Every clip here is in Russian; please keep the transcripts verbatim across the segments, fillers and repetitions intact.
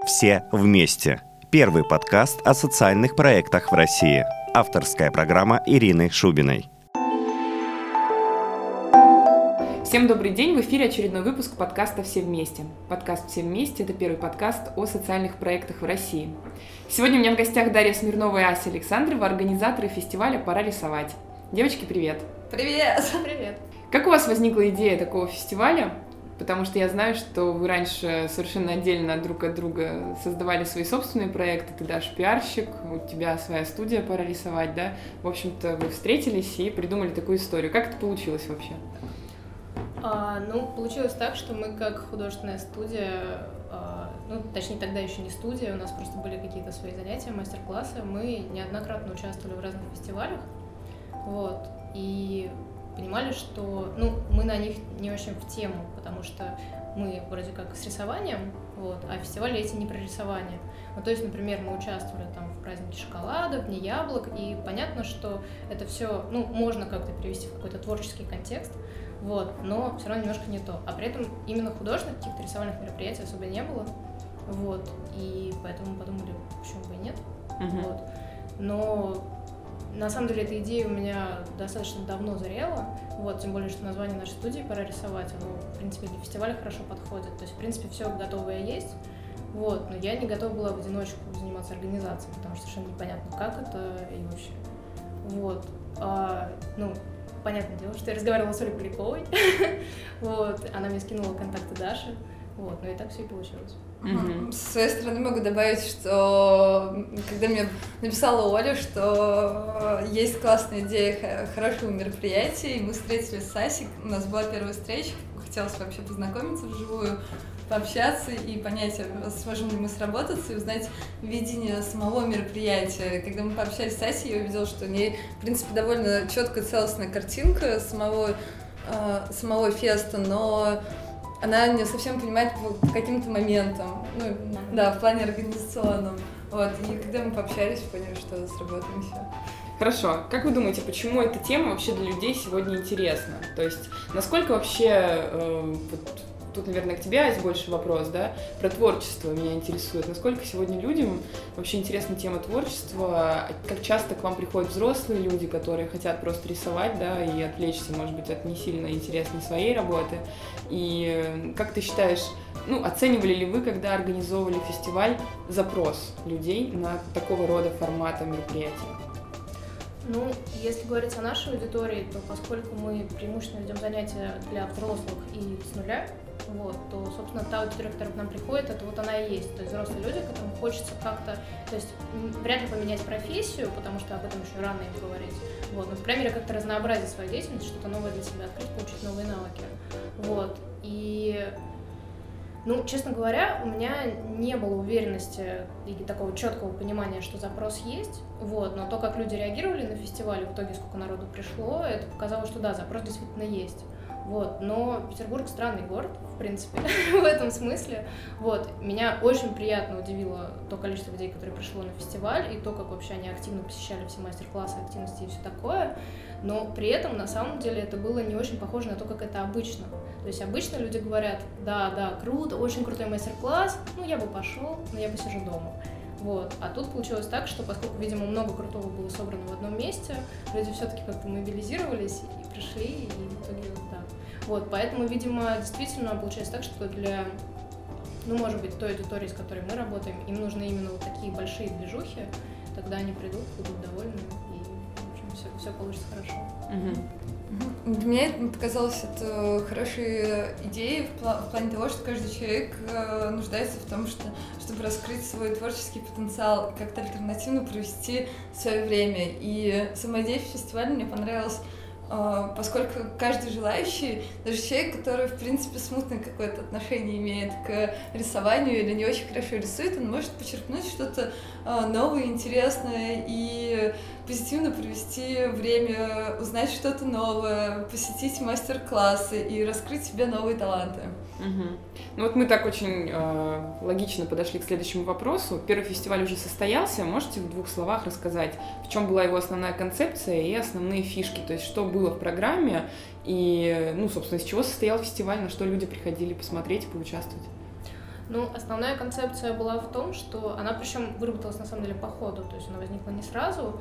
Все вместе. Первый подкаст о социальных проектах в России. Авторская программа Ирины Шубиной. Всем добрый день! В эфире очередной выпуск подкаста «Все вместе». Подкаст «Все вместе» — это первый подкаст о социальных проектах в России. Сегодня у меня в гостях Дарья Смирнова и Ася Александрова, организаторы фестиваля «Пора рисовать». Девочки, привет! Привет! Привет! Как у вас возникла идея такого фестиваля? Потому что я знаю, что вы раньше совершенно отдельно друг от друга создавали свои собственные проекты. Ты, Даша, пиарщик, у тебя своя студия «Пора рисовать», да? В общем-то, вы встретились и придумали такую историю. Как это получилось вообще? А, ну, получилось так, что мы как художественная студия, а, ну, точнее, тогда еще не студия, у нас просто были какие-то свои занятия, мастер-классы, мы неоднократно участвовали в разных фестивалях, вот, и понимали, что, ну, мы на них не очень в тему, потому что мы вроде как с рисованием, вот, а фестивали эти не про рисование. Ну, то есть, например, мы участвовали там в празднике шоколада, в Дне яблок, и понятно, что это все, ну, можно как-то перевести в какой-то творческий контекст, вот, но все равно немножко не то. А при этом именно художественных каких-то рисовальных мероприятий особо не было, вот, и поэтому мы подумали, почему бы и нет, uh-huh. вот. Но на самом деле эта идея у меня достаточно давно зарела, вот, тем более, что название нашей студии «Пора рисовать», оно, в принципе, для фестиваля хорошо подходит, то есть, в принципе, все готовое есть, вот, но я не готова была в одиночку заниматься организацией, потому что совершенно непонятно, как это и вообще, вот, а, ну, понятное дело, что я разговаривала с Олей Поляковой, вот, она мне скинула контакты Даши, вот, ну и так все и получилось. Mm-hmm. С своей стороны могу добавить, что когда мне написала Оля, что есть классная идея хорошего мероприятия, и мы встретились с Асей, у нас была первая встреча, хотелось вообще познакомиться вживую, пообщаться и понять, сможем ли мы сработаться и узнать видение самого мероприятия. Когда мы пообщались с Асей, я увидела, что у нее, в принципе, довольно четкая целостная картинка самого, э, самого феста, но она не совсем понимает по каким-то моментам, ну, да, в плане организационном. Вот. И когда мы пообщались, поняли, что сработаемся. Хорошо. Как вы думаете, почему эта тема вообще для людей сегодня интересна? То есть, насколько вообще, э, вот, тут, наверное, к тебе есть больше вопрос, да, про творчество меня интересует. Насколько сегодня людям вообще интересна тема творчества? Как часто к вам приходят взрослые люди, которые хотят просто рисовать, да, и отвлечься, может быть, от не сильно интересной своей работы? И как ты считаешь, ну, оценивали ли вы, когда организовывали фестиваль, запрос людей на такого рода формата мероприятий? Ну, если говорить о нашей аудитории, то поскольку мы преимущественно ведем занятия для взрослых и с нуля, вот, то, собственно, та аудитория, которая к нам приходит, это вот она и есть. То есть взрослые люди, которым хочется как-то, то есть вряд ли поменять профессию, потому что об этом еще рано им говорить. Вот, но, по крайней мере, как-то разнообразить свою деятельность, что-то новое для себя открыть, получить новые навыки. Вот, и... Ну, честно говоря, у меня не было уверенности или такого четкого понимания, что запрос есть, вот, но то, как люди реагировали на фестиваль, в итоге сколько народу пришло, это показало, что да, запрос действительно есть. Вот, но Петербург странный город, в принципе, в этом смысле. Вот, меня очень приятно удивило то количество людей, которое пришло на фестиваль, и то, как вообще они активно посещали все мастер-классы, активности и все такое. Но при этом, на самом деле, это было не очень похоже на то, как это обычно. То есть обычно люди говорят: да, да, круто, очень крутой мастер-класс, ну я бы пошел, но я посижу дома. Вот. А тут получилось так, что поскольку, видимо, много крутого было собрано в одном месте, люди все-таки как-то мобилизировались и пришли, и в итоге вот так. Вот, поэтому, видимо, действительно получается так, что для, ну, может быть, той аудитории, с которой мы работаем, им нужны именно вот такие большие движухи, тогда они придут, будут довольны, и, в общем, все, все получится хорошо. Uh-huh. Для меня это показалось это хорошей идеей в, пла- в плане того, что каждый человек э, нуждается в том, что, чтобы раскрыть свой творческий потенциал, как-то альтернативно провести свое время. И сама идея фестиваля мне понравилась, э, поскольку каждый желающий, даже человек, который, в принципе, смутное какое-то отношение имеет к рисованию или не очень хорошо рисует, он может почерпнуть что-то э, новое, интересное и позитивно провести время, узнать что-то новое, посетить мастер-классы и раскрыть в себе новые таланты. Угу. Ну вот мы так очень э, логично подошли к следующему вопросу. Первый фестиваль уже состоялся. Можете в двух словах рассказать, в чем была его основная концепция и основные фишки? То есть что было в программе и, ну, собственно, из чего состоял фестиваль, на что люди приходили посмотреть и поучаствовать? Ну, основная концепция была в том, что она причем выработалась на самом деле по ходу, то есть она возникла не сразу.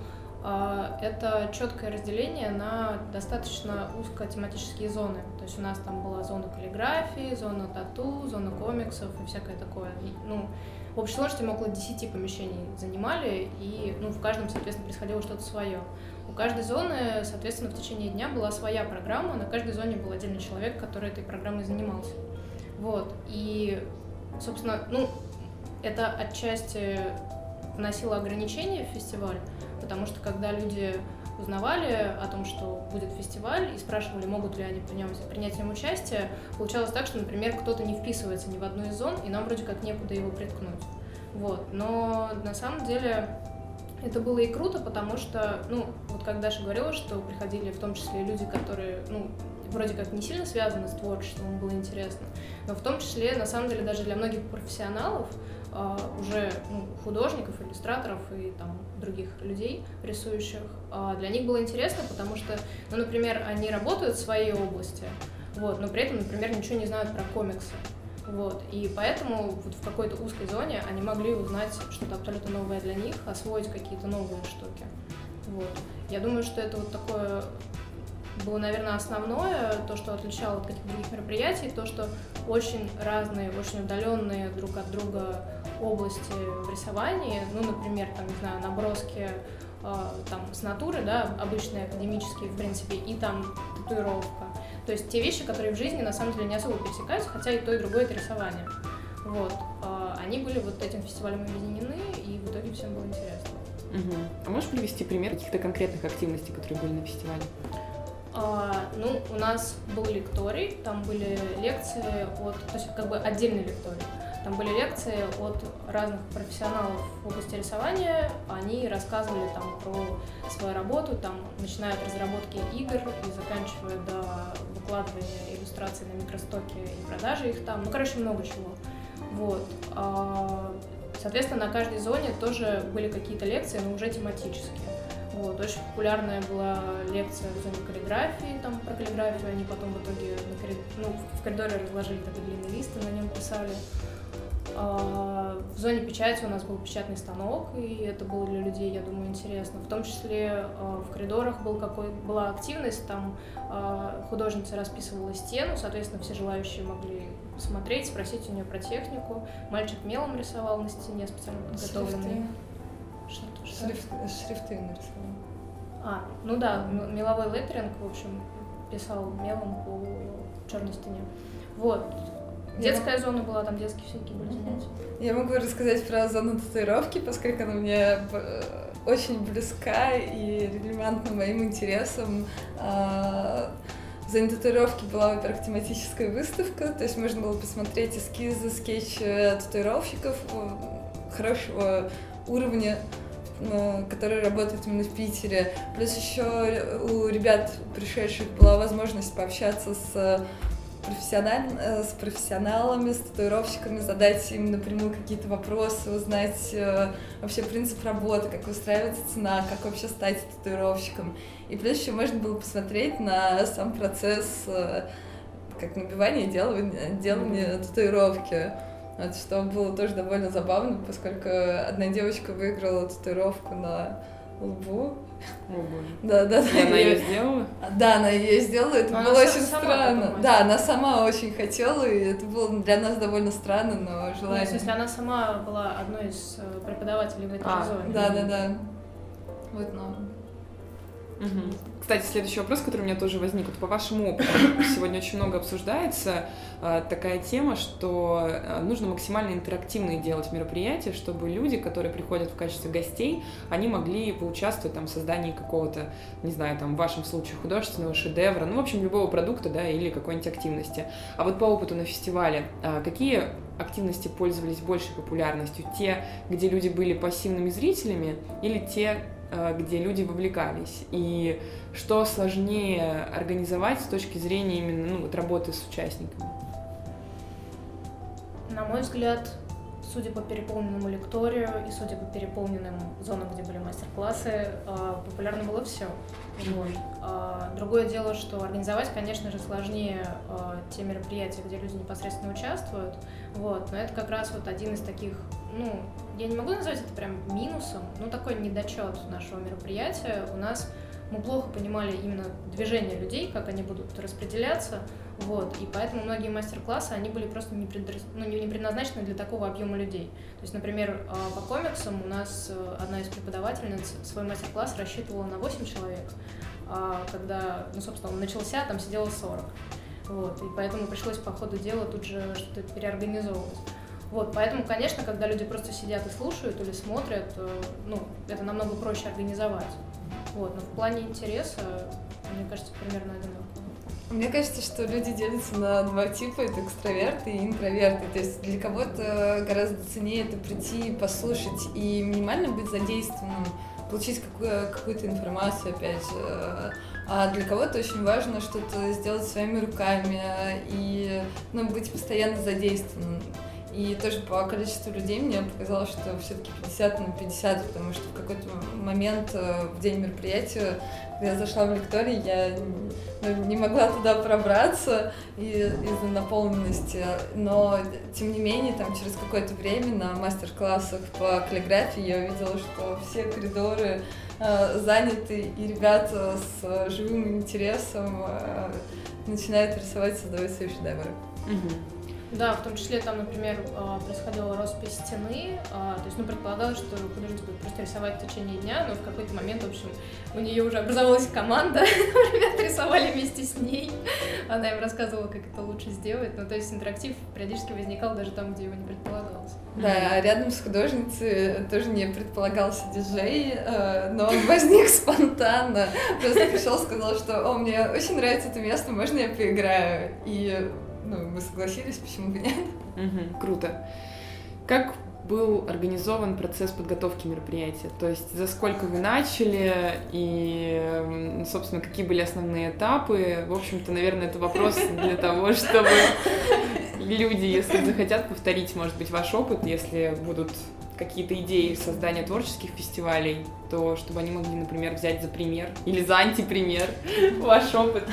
Это четкое разделение на достаточно узкотематические зоны. То есть у нас там была зона каллиграфии, зона тату, зона комиксов и всякое такое. Ну, в общей сложности мы около десяти помещений занимали, и ну, в каждом, соответственно, происходило что-то свое. У каждой зоны, соответственно, в течение дня была своя программа, на каждой зоне был отдельный человек, который этой программой занимался. Вот. И, собственно, ну, это отчасти вносило ограничения в фестиваль, потому что когда люди узнавали о том, что будет фестиваль, и спрашивали, могут ли они принять, принять в нем участие, получалось так, что, например, кто-то не вписывается ни в одну из зон, и нам вроде как некуда его приткнуть. Вот. Но на самом деле это было и круто, потому что, ну, вот как Даша говорила, что приходили в том числе люди, которые, ну, вроде как не сильно связаны с творчеством, было интересно, но в том числе, на самом деле, даже для многих профессионалов, Uh, уже ну, художников, иллюстраторов и там, других людей, рисующих, uh, для них было интересно, потому что, ну, например, они работают в своей области, вот, но при этом, например, ничего не знают про комиксы. Вот, и поэтому вот в какой-то узкой зоне они могли узнать что-то абсолютно новое для них, освоить какие-то новые штуки. Вот. Я думаю, что это вот такое было, наверное, основное, то, что отличало от каких-то других мероприятий, то, что очень разные, очень удаленные друг от друга области в рисовании, ну, например, там, не знаю, наброски э, там, с натуры, да, обычные академические, в принципе, и там татуировка. То есть те вещи, которые в жизни на самом деле не особо пересекаются, хотя и то, и другое — это рисование. Вот. Э, они были вот этим фестивалем объединены, и в итоге всем было интересно. Угу. А можешь привести пример каких-то конкретных активностей, которые были на фестивале? А, ну, у нас был лекторий, там были лекции от, то есть как бы отдельный лекторий, там были лекции от разных профессионалов в области рисования, они рассказывали там про свою работу, там, начиная от разработки игр и заканчивая до выкладывания иллюстраций на микростоке и продажи их там, ну, короче, много чего. Вот. А, соответственно, на каждой зоне тоже были какие-то лекции, но уже тематические. Вот, очень популярная была лекция в зоне каллиграфии, там про каллиграфию они потом в итоге на коридор, ну, в коридоре разложили такой длинный лист и на нем писали. А в зоне печати у нас был печатный станок, и это было для людей, я думаю, интересно. В том числе в коридорах был какой, была активность, там художница расписывала стену, соответственно, все желающие могли смотреть, спросить у нее про технику. Мальчик мелом рисовал на стене, специально подготовленный. Что-то, что? Шрифт, шрифты нарисовал. А, ну да, меловой леттеринг, в общем, писал мелом по черной стене. Вот. Детская Я... зона была, там детские всякие были занятия. Я могу рассказать про зону татуировки, поскольку она мне очень близка и релевантна моим интересам. В зоне татуировки была, во-первых, тематическая выставка, то есть можно было посмотреть эскизы, скетчи татуировщиков хорошего уровня, которые работают именно в Питере. Плюс еще у ребят, пришедших, была возможность пообщаться с, профессиональ... с профессионалами, с татуировщиками, задать им напрямую какие-то вопросы, узнать вообще принцип работы, как выстраивается цена, как вообще стать татуировщиком. И плюс еще можно было посмотреть на сам процесс как набивания и делания, делания татуировки. Вот, что было тоже довольно забавно, поскольку одна девочка выиграла татуировку на лбу. О, боже. Да, да, и да. она ее сделала? Да, она ее сделала, это но было очень странно. Потом, да, она сама очень хотела, и это было для нас довольно странно, но желание. Ну, если она сама была одной из преподавателей в этой а, же зоне. Да, да, да. Вот, но... Угу. Кстати, следующий вопрос, который у меня тоже возник. Вот по вашему опыту, сегодня очень много обсуждается э, такая тема, что э, нужно максимально интерактивные делать мероприятия, чтобы люди, которые приходят в качестве гостей, они могли поучаствовать там, в создании какого-то, не знаю, там, в вашем случае художественного шедевра, ну, в общем, любого продукта, да, или какой-нибудь активности. А вот по опыту на фестивале, э, какие активности пользовались большей популярностью? Те, где люди были пассивными зрителями, или те, где люди вовлекались, и что сложнее организовать с точки зрения именно ну, вот работы с участниками? На мой взгляд, судя по переполненному лекторию и судя по переполненным зонам, где были мастер-классы, популярно было все. Вот. А, другое дело, что организовать, конечно же, сложнее а, те мероприятия, где люди непосредственно участвуют. Вот. Но это как раз вот один из таких, ну, я не могу назвать это прям минусом, но такой недочет нашего мероприятия. У нас мы плохо понимали именно движение людей, как они будут распределяться, вот, и поэтому многие мастер-классы, они были просто не, предра... ну, не предназначены для такого объема людей. То есть, например, по комиксам у нас одна из преподавательниц свой мастер-класс рассчитывала на восемь человек, а когда, ну, собственно, он начался, там сидело сорок. Вот, и поэтому пришлось по ходу дела тут же что-то переорганизовывать. Вот, поэтому, конечно, когда люди просто сидят и слушают или смотрят, ну, это намного проще организовать. Вот, но в плане интереса, мне кажется, примерно одинаково. Мне кажется, что люди делятся на два типа, это экстраверты и интроверты. То есть для кого-то гораздо ценнее это прийти, послушать и минимально быть задействованным, получить какую- какую-то информацию, опять же. А для кого-то очень важно что-то сделать своими руками и, ну, быть постоянно задействованным. И тоже по количеству людей мне показалось, что все-таки пятьдесят на пятьдесят, потому что в какой-то момент в день мероприятия, когда я зашла в лекторий, я ну, не могла туда пробраться из-за наполненности, но тем не менее, там через какое-то время на мастер-классах по каллиграфии я увидела, что все коридоры э, заняты, и ребята с живым интересом э, начинают рисовать, создавать свои шедевры. Угу. Да, в том числе там, например, происходила роспись стены, то есть, ну, предполагалось, что художник будет просто рисовать в течение дня, но в какой-то момент, в общем, у нее уже образовалась команда, ребята рисовали вместе с ней, она им рассказывала, как это лучше сделать, ну, то есть интерактив периодически возникал даже там, где его не предполагалось. Да, а рядом с художницей тоже не предполагался диджей, но он возник спонтанно, просто пришел, сказал, что, о, мне очень нравится это место, можно я поиграю? И ну, мы согласились, почему бы нет. Угу, круто. Как был организован процесс подготовки мероприятия? То есть за сколько вы начали и, собственно, какие были основные этапы? В общем-то, наверное, это вопрос для того, чтобы люди, если захотят повторить, может быть, ваш опыт, если будут какие-то идеи создания творческих фестивалей, то чтобы они могли, например, взять за пример или за антипример ваш опыт.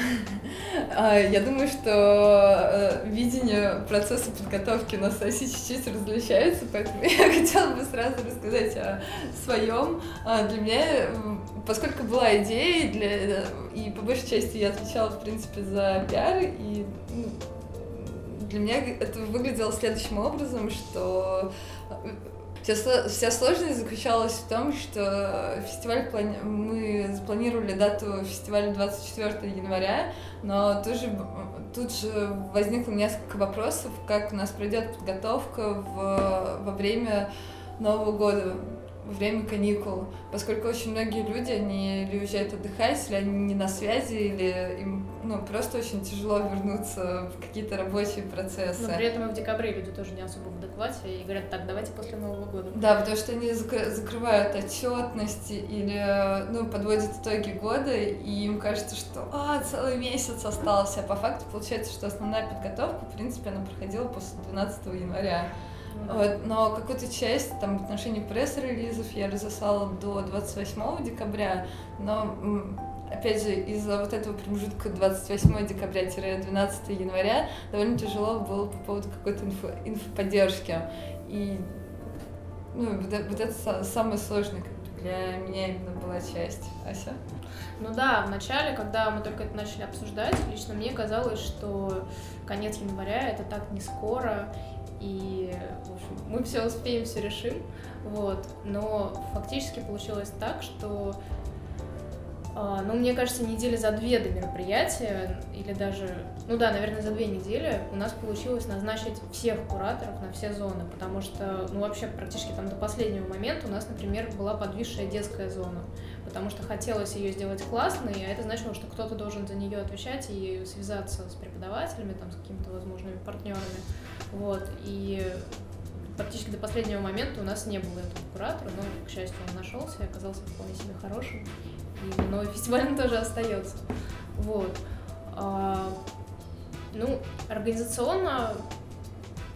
Я думаю, что видение процесса подготовки у нас чуть-чуть различается, поэтому я хотела бы сразу рассказать о своем. Для меня, поскольку была идея, для, и по большей части я отвечала, в принципе, за пиар, и ну, для меня это выглядело следующим образом, что Вся, вся сложность заключалась в том, что фестиваль плани... мы запланировали дату фестиваля двадцать четвёртого января, но тут же, тут же возникло несколько вопросов, как у нас пройдет подготовка в, во время Нового года, во время каникул, поскольку очень многие люди, они или уезжают отдыхать, или они не на связи, или им ну, просто очень тяжело вернуться в какие-то рабочие процессы. Но при этом и в декабре люди тоже не особо в адеквате и говорят, так, давайте после Нового года. Да, потому что они зак- закрывают отчетности или ну, подводят итоги года, и им кажется, что а, целый месяц остался, а по факту получается, что основная подготовка, в принципе, она проходила после двенадцатого января. Вот, но какую-то часть там в отношении пресс-релизов я разослала до двадцать восьмого декабря, но опять же из-за вот этого промежутка двадцать восьмого декабря-двенадцатого января довольно тяжело было по поводу какой-то инфо, инфоподдержки. И ну, вот, вот это самое сложное для меня именно была часть. Ася? Ну да, в начале, когда мы только это начали обсуждать, лично мне казалось, что конец января это так не скоро. И, в общем, мы все успеем, все решим, вот, но фактически получилось так, что, э, ну, мне кажется, недели за две до мероприятия, или даже, ну да, наверное, за две недели у нас получилось назначить всех кураторов на все зоны, потому что, ну, вообще практически там до последнего момента у нас, например, была подвисшая детская зона, потому что хотелось ее сделать классной, а это значило, что кто-то должен за нее отвечать и связаться с преподавателями, там, с какими-то возможными партнерами. Вот, и практически до последнего момента у нас не было этого куратора, но, к счастью, он нашелся и оказался вполне себе хорошим, и новый фестиваль тоже остается. Вот. А, ну, организационно,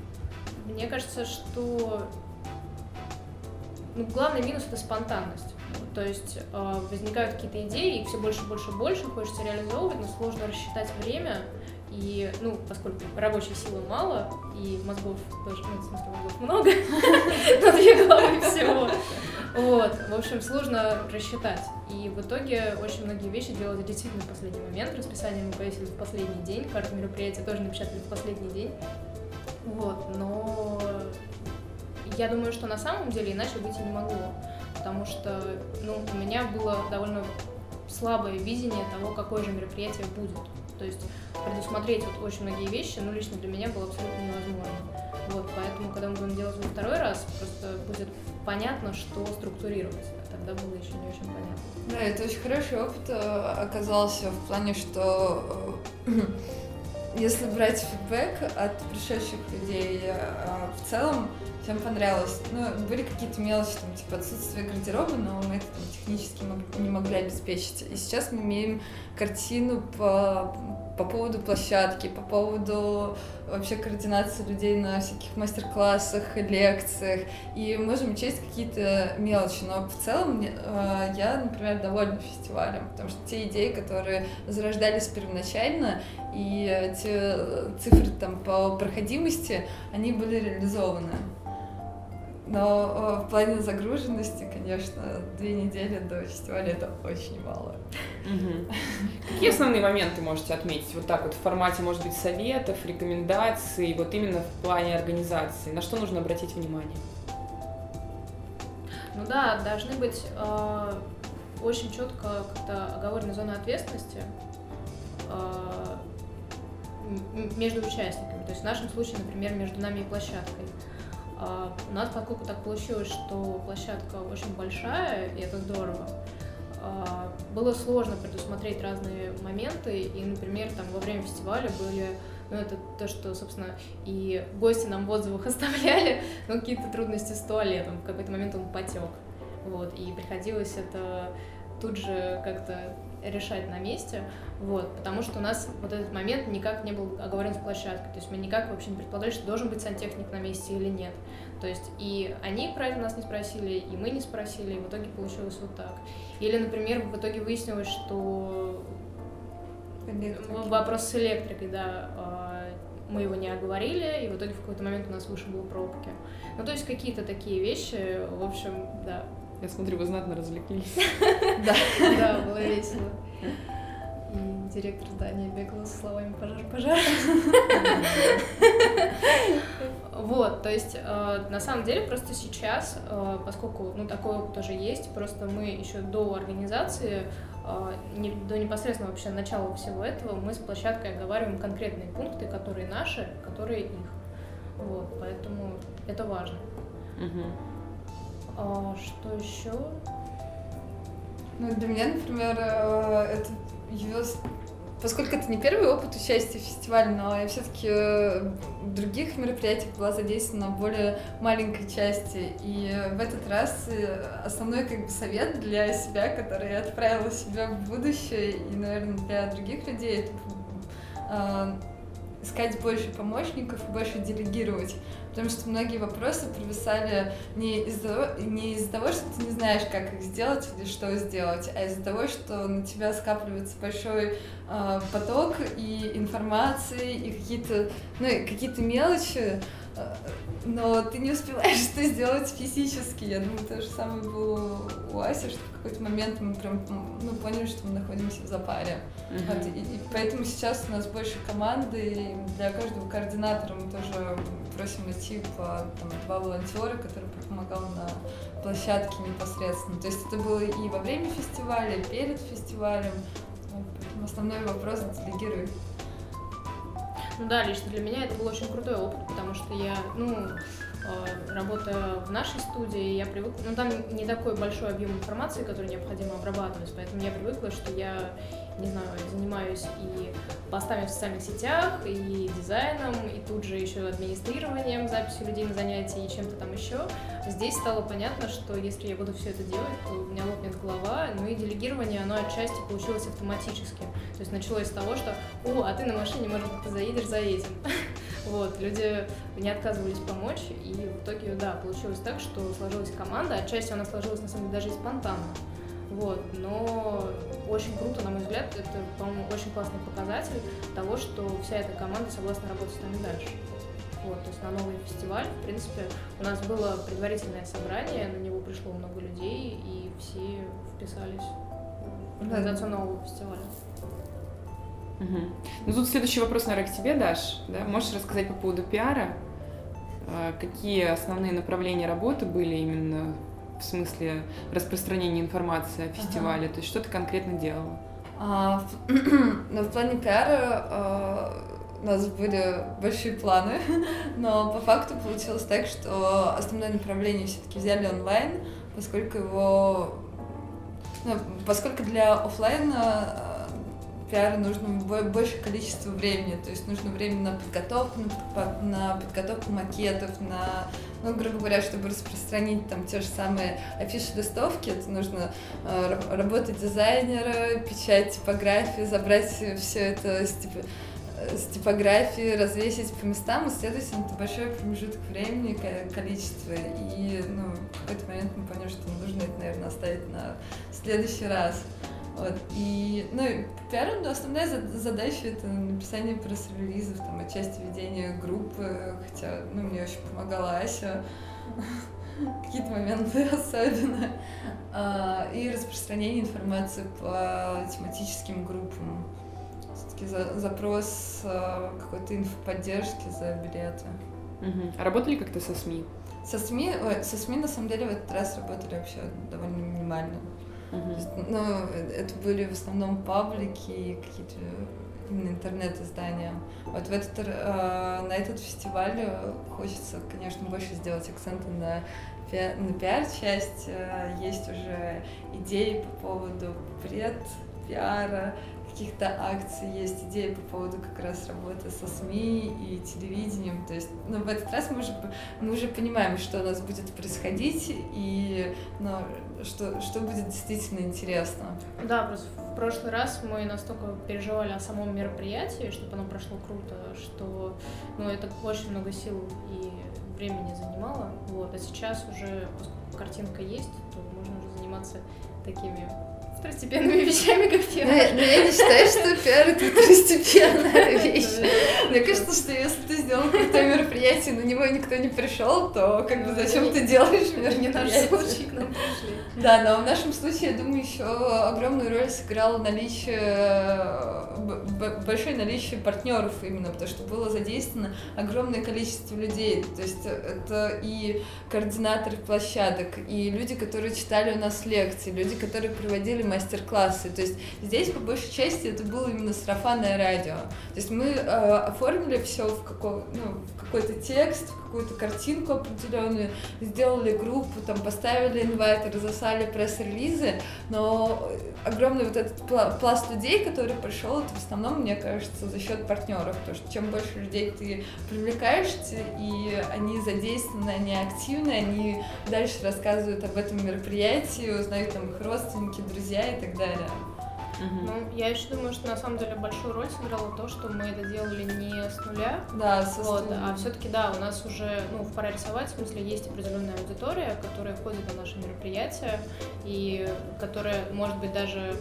мне кажется, что ну, главный минус — это спонтанность. То есть э, возникают какие-то идеи, их все больше, больше, больше, хочется реализовывать, но сложно рассчитать время. И, ну, поскольку рабочей силы мало, и мозгов тоже, ну, в смысле, мозгов много, на две головы всего. Вот, в общем, сложно рассчитать. И в итоге очень многие вещи делали действительно в последний момент. Расписание мы повесили в последний день, карту мероприятия тоже напечатали в последний день. Вот, но я думаю, что на самом деле иначе быть и не могло. Потому что, ну, у меня было довольно слабое видение того, какое же мероприятие будет. То есть предусмотреть вот очень многие вещи, ну, лично для меня было абсолютно невозможно. Вот, поэтому, когда мы будем делать во второй раз, просто будет понятно, что структурировать. А тогда было еще не очень понятно. Да, это очень хороший опыт оказался в плане, что если брать фидбэк от пришедших людей, в целом всем понравилось. Ну, были какие-то мелочи, там, типа отсутствие гардероба, но мы это там, технически не могли обеспечить. И сейчас мы имеем картину по, по поводу площадки, по поводу вообще координации людей на всяких мастер-классах, лекциях. И можем учесть какие-то мелочи. Но в целом я, например, довольна фестивалем, потому что те идеи, которые зарождались первоначально, и те цифры там, по проходимости, они были реализованы. Но в плане загруженности, конечно, две недели до фестиваля — это очень мало. Угу. Какие основные моменты можете отметить? Вот так вот в формате, может быть, советов, рекомендаций, вот именно в плане организации. На что нужно обратить внимание? Ну да, должны быть э, очень четко как-то оговорены зоны ответственности э, между участниками. То есть в нашем случае, например, между нами и площадкой. У нас, поскольку так получилось, что площадка очень большая, и это здорово, было сложно предусмотреть разные моменты, и, например, там во время фестиваля были, ну, это то, что, собственно, и гости нам в отзывах оставляли, ну, какие-то трудности с туалетом, в какой-то момент он потек, вот, и приходилось это тут же как-то решать на месте, вот, потому что у нас вот этот момент никак не был оговорен с площадкой, то есть мы никак вообще не предполагали, что должен быть сантехник на месте или нет, то есть и они про это нас не спросили, и мы не спросили, и в итоге получилось вот так. Или, например, в итоге выяснилось, что Электрики. Вопрос с электрикой, да, мы его не оговорили, и в итоге в какой-то момент у нас вышибло пробки. Ну, то есть какие-то такие вещи, в общем, да. Я смотрю, вы знатно развлеклись. Да, да, было весело. И директор здания бегала со словами «пожар, пожар». Вот, то есть, на самом деле, просто сейчас, поскольку, ну, такой опыт тоже есть, просто мы еще до организации, до непосредственно вообще начала всего этого, мы с площадкой оговариваем конкретные пункты, которые наши, которые их. Вот, поэтому это важно. А, что еще? Ну, для меня, например, это явилось... Поскольку это не первый опыт участия в фестивале, но я все-таки в других мероприятиях была задействована в более маленькой части. И в этот раз основной как бы совет для себя, который я отправила себе в будущее, и, наверное, для других людей, это э, искать больше помощников и больше делегировать. Потому что многие вопросы провисали не из-за, не из-за того, что ты не знаешь, как их сделать или что сделать, а из-за того, что на тебя скапливается большой э, поток и информации, и какие-то, ну, какие-то мелочи, э, но ты не успеваешь что сделать физически. Я думаю, то же самое было у Аси, что в какой-то момент мы прям ну, поняли, что мы находимся в запаре. Uh-huh. Вот, и, и поэтому сейчас у нас больше команды, и для каждого координатора мы тоже просим идти по там, два волонтера, которые помогал на площадке непосредственно. То есть это было и во время фестиваля, и перед фестивалем. Вот, поэтому основной вопрос — делегируй. Ну да, лично для меня это был очень крутой опыт, потому что я, ну, работая в нашей студии, я привыкла, ну там не такой большой объем информации, который необходимо обрабатывать, поэтому я привыкла, что я, не знаю, занимаюсь и постами в социальных сетях, и дизайном, и тут же еще администрированием, записью людей на занятия и чем-то там еще. Здесь стало понятно, что если я буду все это делать, то у меня лопнет голова, ну и делегирование, оно отчасти получилось автоматически. То есть началось с того, что «О, а ты на машине, может быть, ты заедешь за этим». Вот, люди не отказывались помочь, и в итоге, да, получилось так, что сложилась команда. Отчасти она сложилась, на самом деле, даже и спонтанно. Вот, но очень круто, на мой взгляд, это, по-моему, очень классный показатель того, что вся эта команда согласна работать с нами дальше. Вот, то есть на новый фестиваль, в принципе, у нас было предварительное собрание, на него пришло много людей, и все вписались в организацию нового фестиваля. Угу. Ну тут следующий вопрос, наверное, к тебе, Даш. Да? Можешь рассказать по поводу пиара? Какие основные направления работы были именно в смысле распространения информации о фестивале? Ага. То есть что ты конкретно делала? А, ну, в плане пиара а, у нас были большие планы, но по факту получилось так, что основное направление все-таки взяли онлайн, поскольку его, ну, поскольку для офлайна пиару нужно большее количество времени, то есть нужно время на подготовку, на, на подготовку макетов, на, ну, грубо говоря, чтобы распространить там те же самые афиши, листовки, это нужно э, работать дизайнера, печать, типографию, забрать все это с, типа, с типографии, развесить по местам, и, следовательно, это большой промежуток времени, количество, и, ну, в какой-то момент мы поняли, что нужно это, наверное, оставить на следующий раз. Вот, и, ну, пиар, ну, основная задача — это написание пресс-релизов, там, отчасти ведения группы, хотя, ну, мне очень помогала Ася, какие-то моменты особенно, а, и распространение информации по тематическим группам, все-таки за, запрос а, какой-то инфоподдержки за билеты. Угу. А работали как-то со СМИ? Со СМИ, ой, со СМИ, на самом деле, в этот раз работали вообще довольно минимально. Uh-huh. Ну, это были в основном паблики и какие-то именно интернет-издания. Вот в этот, э, на этот фестиваль хочется, конечно, больше сделать акценты на, пи- на пиар-часть. Есть уже идеи по поводу пред-пиара, каких-то акций, есть идеи по поводу как раз работы со СМИ и телевидением. То есть, ну, в этот раз мы уже, мы уже понимаем, что у нас будет происходить и, ну, что, что будет действительно интересно. Да, просто в прошлый раз мы настолько переживали о самом мероприятии, чтобы оно прошло круто, что, ну, это очень много сил и времени занимало. Вот. А сейчас уже, поскольку картинка есть, то можно уже заниматься такими второстепенными вещами, как пиар. Но, но я не считаю, что пиар — это второстепенная вещь. Мне кажется, что если ты сделал крутое мероприятие, на него никто не пришел, то как бы зачем ты делаешь мероприятие? Не наш случай, к нам пришли. Да, но в нашем случае, я думаю, еще огромную роль сыграло наличие, большое наличие партнеров именно, потому что было задействовано огромное количество людей. То есть это и координаторы площадок, и люди, которые читали у нас лекции, люди, которые проводили мастер-классы. То есть здесь, по большей части, это было именно сарафанное радио. То есть мы э, оформили все в, какой, ну, в какой-то текст, в какую-то картинку определенную, сделали группу, там, поставили инвайты, разослали пресс-релизы, но огромный вот этот пласт людей, который пришел, это в основном, мне кажется, за счет партнеров, потому что чем больше людей ты привлекаешь, и они задействованы, они активны, они дальше рассказывают об этом мероприятии, узнают там их родственники, друзья и так далее. Uh-huh. Ну, я еще думаю, что на самом деле большую роль сыграло то, что мы это делали не с нуля, да, со вот, а все-таки, да, у нас уже, ну, в «Пора рисовать», в смысле, есть определенная аудитория, которая ходит на наши мероприятия и которая, может быть, даже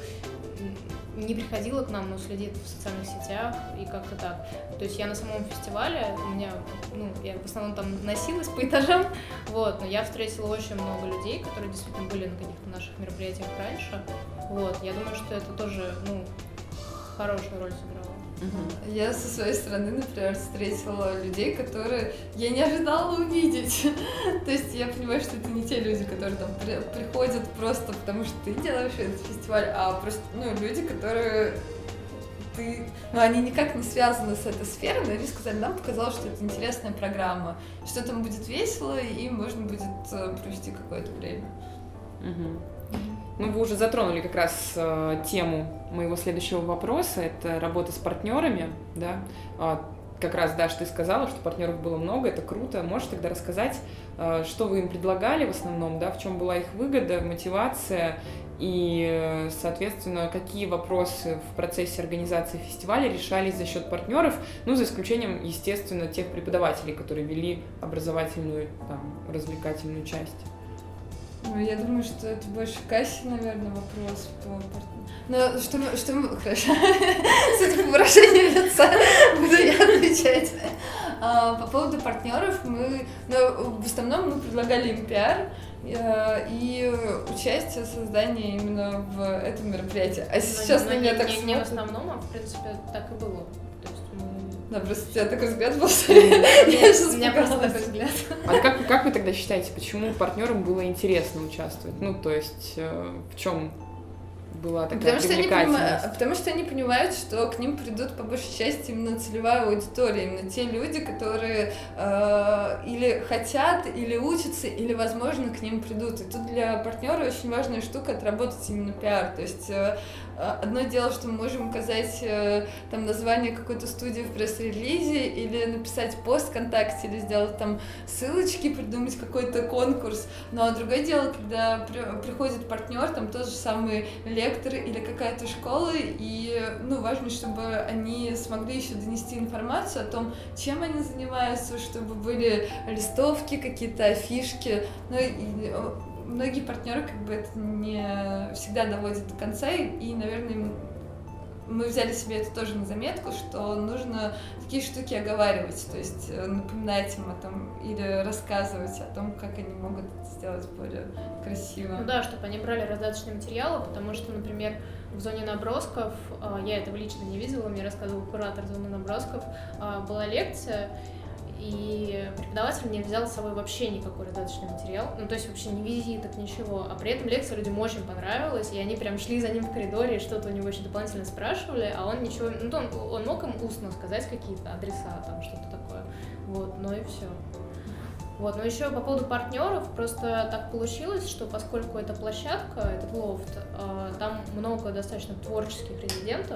не приходила к нам, но следит в социальных сетях и как-то так. То есть я на самом фестивале, у меня, ну, я в основном там носилась по этажам, вот, но я встретила очень много людей, которые действительно были на каких-то наших мероприятиях раньше. Вот, я думаю, что это тоже, ну, хорошую роль сыграло. Uh-huh. Я со своей стороны, например, встретила людей, которые я не ожидала увидеть. То есть я понимаю, что это не те люди, которые там при- приходят просто потому, что ты делаешь этот фестиваль, а просто, ну, люди, которые ты, ну, они никак не связаны с этой сферой, но они сказали, нам показалось, что это интересная программа, что там будет весело и можно будет провести какое-то время. Uh-huh. Ну, вы уже затронули как раз э, тему моего следующего вопроса, это работа с партнерами, да. А как раз, Даш, ты сказала, что партнеров было много, это круто. Можешь тогда рассказать, что вы им предлагали в основном, да, в чем была их выгода, мотивация и, соответственно, какие вопросы в процессе организации фестиваля решались за счет партнеров, ну, за исключением, естественно, тех преподавателей, которые вели образовательную, там, развлекательную часть. Ну, я думаю, что это больше Касси, наверное, вопрос по партнеру. Но что мы... Что мы хорошо. Судя по выражению лица, буду я отвечать. А, по поводу партнеров мы... Ну, в основном мы предлагали им пиар и участие в создании именно в этом мероприятии. А сейчас но на меня не, так не, смотрят. не в основном, а в принципе так и было. То есть мы... Да, просто у тебя такой взгляд был. У меня просто такой взгляд. А как, как вы тогда считаете, почему партнерам было интересно участвовать? Ну, то есть, в чем была такая потому что, они привлекательность? понимают, потому что они понимают, что к ним придут по большей части именно целевая аудитория, именно те люди, которые э, или хотят, или учатся, или, возможно, к ним придут. И тут для партнера очень важная штука — отработать именно пиар. То есть э, одно дело, что мы можем указать э, там название какой-то студии в пресс-релизе, или написать пост ВКонтакте, или сделать там ссылочки, придумать какой-то конкурс. Но другое дело, когда при, приходит партнер, там тот же самый лектор или какая-то школа, и ну, важно, чтобы они смогли еще донести информацию о том, чем они занимаются, чтобы были листовки, какие-то афишки. Ну, и многие партнеры как бы это не всегда доводят до конца, и, и, наверное, мы взяли себе это тоже на заметку, что нужно такие штуки оговаривать, то есть напоминать им о том или рассказывать о том, как они могут это сделать более красиво. Ну да, чтобы они брали раздаточные материалы, потому что, например, в зоне набросков, я этого лично не видела, мне рассказывал куратор зоны набросков, была лекция, и преподаватель не взял с собой вообще никакой раздаточный материал, ну то есть вообще ни визиток, ничего, а при этом лекция людям очень понравилась, и они прям шли за ним в коридоре, и что-то у него еще дополнительно спрашивали, а он ничего, ну он, он мог им устно сказать какие-то адреса, там что-то такое, вот, ну и все. Вот, но еще по поводу партнеров, просто так получилось, что поскольку это площадка, этот лофт, там много достаточно творческих резидентов,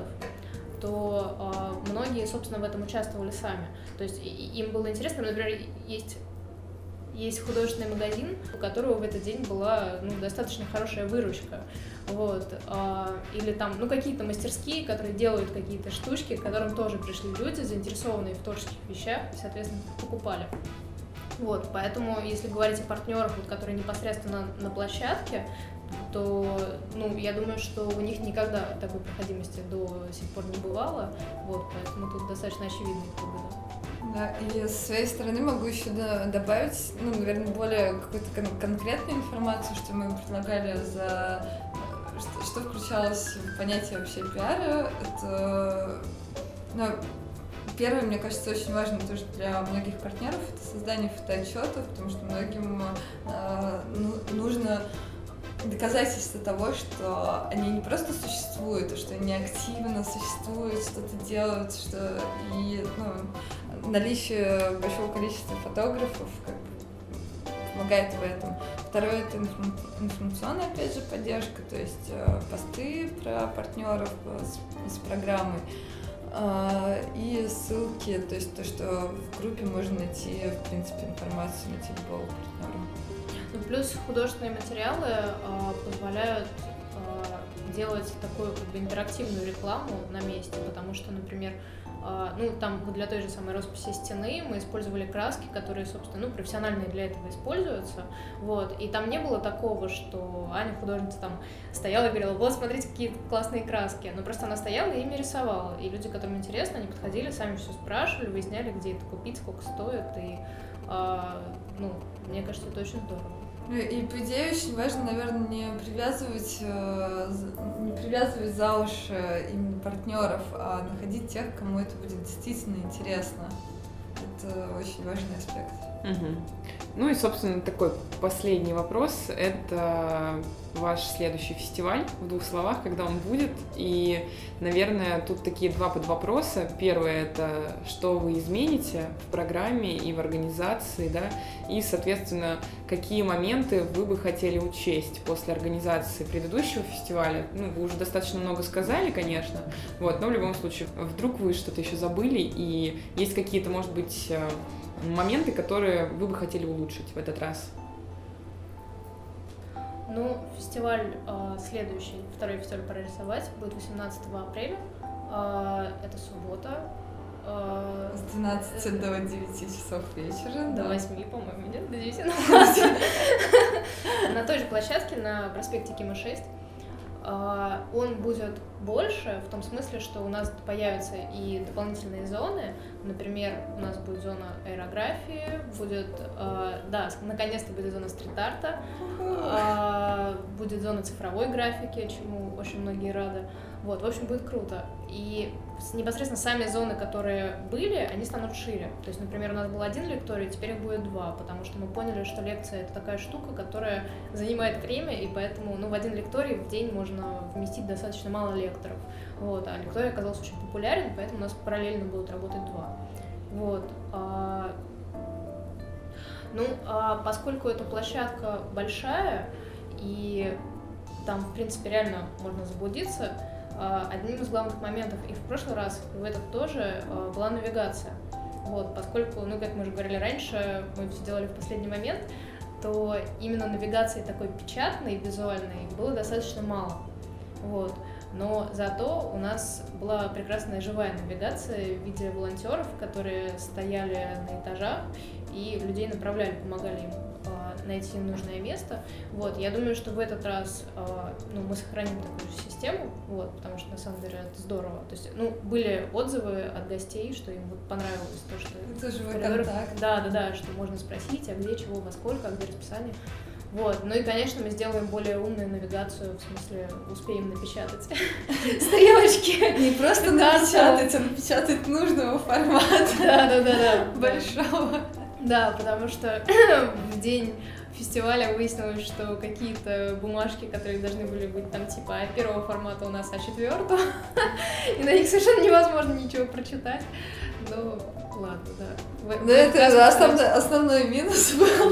то э, многие, собственно, в этом участвовали сами. То есть и, им было интересно, например, есть, есть художественный магазин, у которого в этот день была ну, достаточно хорошая выручка. Вот. Э, или там ну, какие-то мастерские, которые делают какие-то штучки, к которым тоже пришли люди, заинтересованные в творческих вещах, и, соответственно, покупали. Вот, поэтому, если говорить о партнерах, вот, которые непосредственно на площадке, то, ну, я думаю, что у них никогда такой проходимости до сих пор не бывало, вот, поэтому тут достаточно очевидная выгода. Да, и с своей стороны могу еще добавить, ну, наверное, более какую-то кон- конкретную информацию, что мы предлагали за... Что, что включалось в понятие вообще пиара, это... Ну, первое, мне кажется, очень важно тоже для многих партнеров, это создание фотоотчетов, потому что многим э, ну, нужно доказательство того, что они не просто существуют, а что они активно существуют, что-то делают, что и ну, наличие большого количества фотографов как бы помогает в этом. Второе — это информационная, опять же, поддержка, то есть посты про партнеров с, с программой. И ссылки, то есть то, что в группе можно найти, в принципе, информацию на любого партнера. Ну, плюс художественные материалы э, позволяют э, делать такую как бы интерактивную рекламу на месте, потому что, например, э, ну там для той же самой росписи стены мы использовали краски, которые, собственно, ну профессиональные для этого используются, вот, и там не было такого, что Аня, художница, там стояла и говорила: вот, смотрите, какие классные краски, но просто она стояла и ими рисовала, и люди, которым интересно, они подходили, сами все спрашивали, выясняли, где это купить, сколько стоит, и э, ну, мне кажется, это очень здорово. И, по идее, очень важно, наверное, не привязывать, не привязывать за уши именно партнеров, а находить тех, кому это будет действительно интересно. Это очень важный аспект. Угу. Ну и, собственно, такой последний вопрос. Это ваш следующий фестиваль, в двух словах, когда он будет. И, наверное, тут такие два подвопроса. Первое — это что вы измените в программе и в организации, да, и, соответственно, какие моменты вы бы хотели учесть после организации предыдущего фестиваля. Ну, вы уже достаточно много сказали, конечно, вот, но в любом случае, вдруг вы что-то еще забыли, и есть какие-то, может быть, моменты, которые вы бы хотели улучшить в этот раз? Ну, фестиваль э, следующий, второй фестиваль «Пора рисовать», будет восемнадцатого апреля. Э, это суббота. Э, С двенадцати до девяти часов вечера. До да. восьми, по-моему, нет? До девяти. На той же площадке, на проспекте Кима шесть. Он будет больше, в том смысле, что у нас появятся и дополнительные зоны. Например, у нас будет зона аэрографии, будет, да, наконец-то будет зона стрит-арта, будет зона цифровой графики, чему очень многие рады. Вот, в общем, будет круто. И непосредственно сами зоны, которые были, они станут шире. То есть, например, у нас был один лекторий, теперь их будет два, потому что мы поняли, что лекция — это такая штука, которая занимает время, и поэтому, ну, в один лекторий в день можно вместить достаточно мало лекторов. Вот, а лекторий оказался очень популярен, поэтому у нас параллельно будут работать два. Вот. А... Ну, а поскольку эта площадка большая, и там, в принципе, реально можно заблудиться, одним из главных моментов и в прошлый раз, и в этот тоже была навигация. Вот, поскольку, ну, как мы уже говорили раньше, мы все делали в последний момент, то именно навигации такой печатной, визуальной было достаточно мало. Вот. Но зато у нас была прекрасная живая навигация в виде волонтеров, которые стояли на этажах и людей направляли, помогали им э, найти нужное место. Вот. Я думаю, что в этот раз э, ну, мы сохраним такую же систему, вот, потому что на самом деле это здорово. То есть, ну, были отзывы от гостей, что им вот понравилось то, что это живой коридорах... контакт. Да, да, да, что можно спросить, а где, чего, во сколько, а где расписание. Вот. Ну и, конечно, мы сделаем более умную навигацию, в смысле, успеем напечатать стрелочки. Не просто напечатать, а напечатать нужного формата. Да, да, да, да. Большого. Да, потому что в день фестиваля выяснилось, что какие-то бумажки, которые должны были быть там типа А первого формата, у нас А четвертого, и на них совершенно невозможно ничего прочитать. Ну, ладно, да. Ну, это основной, основной минус был.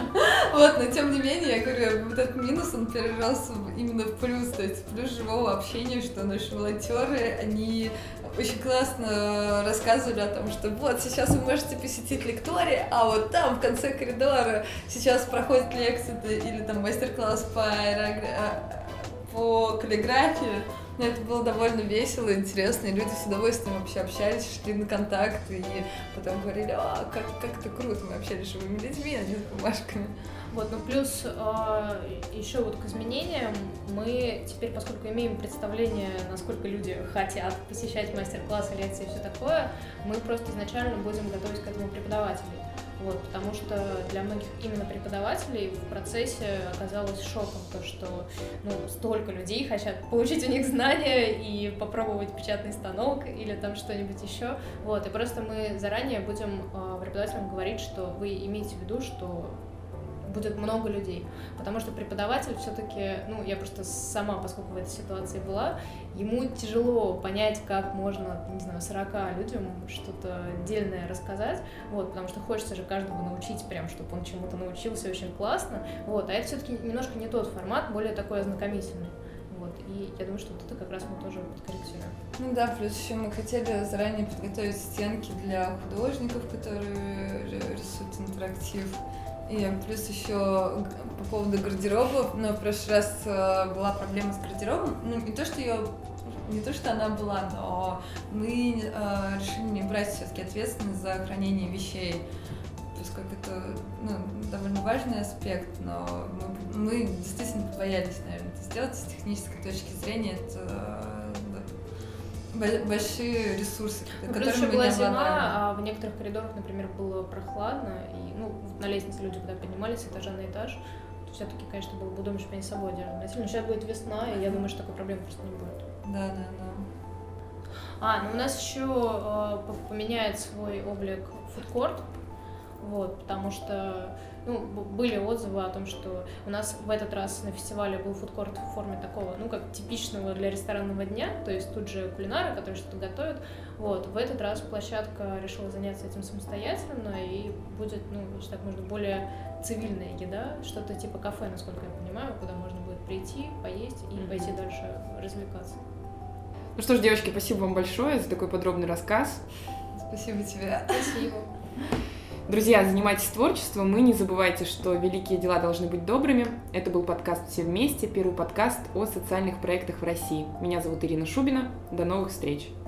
Вот, но тем не менее, я говорю, вот этот минус, он перерос именно в плюс, то есть плюс живого общения, что наши волонтеры, они очень классно рассказывали о том, что вот сейчас вы можете посетить лекторий, а вот там в конце коридора сейчас проходит лекция или там мастер-класс по, аэрогра... по каллиграфии. Но это было довольно весело, интересно, и люди с удовольствием вообще общались, шли на контакт, и потом говорили, а, как, как это круто, мы общались с живыми людьми, а не с бумажками. Вот, ну плюс э, еще вот к изменениям мы теперь, поскольку имеем представление, насколько люди хотят посещать мастер-классы, лекции и все такое, мы просто изначально будем готовить к этому преподавателей. Вот, потому что для многих именно преподавателей в процессе оказалось шоком то, что ну, столько людей хотят получить у них знания и попробовать печатный станок или там что-нибудь еще. Вот, и просто мы заранее будем э, преподавателям говорить, что вы имеете в виду, что будет много людей, потому что преподаватель все-таки, ну, я просто сама, поскольку в этой ситуации была, ему тяжело понять, как можно, не знаю, сорока людям что-то дельное рассказать, вот, потому что хочется же каждого научить прям, чтобы он чему-то научился очень классно, вот, а это все-таки немножко не тот формат, более такой ознакомительный. Вот, и я думаю, что вот это как раз мы тоже подкорректируем. Ну да, плюс еще мы хотели заранее подготовить стенки для художников, которые рисуют интерактив. И плюс еще по поводу гардероба, но в прошлый раз была проблема с гардеробом. Ну, не то, что ее, не то, что она была, но мы э, решили не брать все-таки ответственность за хранение вещей, поскольку это ну, довольно важный аспект, но мы, мы действительно побоялись, наверное, это сделать с технической точки зрения. Это большие ресурсы, ну, которые мы не была зима, а в некоторых коридорах, например, было прохладно, и ну, на лестнице люди когда поднимались с этажа на этаж, то все-таки, конечно, было бы удобно, чтобы они с собой одежду носили. Но сейчас будет весна, и я думаю, что такой проблемы просто не будет. Да, да, да. А, ну у нас еще э, поменяет свой облик фудкорт. Вот, потому что ну, были отзывы о том, что у нас в этот раз на фестивале был фудкорт в форме такого, ну, как типичного для ресторанного дня, то есть тут же кулинары, которые что-то готовят. Вот, в этот раз площадка решила заняться этим самостоятельно, и будет, ну, значит, так можно более цивильная еда, что-то типа кафе, насколько я понимаю, куда можно будет прийти, поесть и mm-hmm. пойти дальше развлекаться. Ну что ж, девочки, спасибо вам большое за такой подробный рассказ. Спасибо тебе. Спасибо. Друзья, занимайтесь творчеством и не забывайте, что великие дела должны быть добрыми. Это был подкаст «Все вместе», первый подкаст о социальных проектах в России. Меня зовут Ирина Шубина. До новых встреч!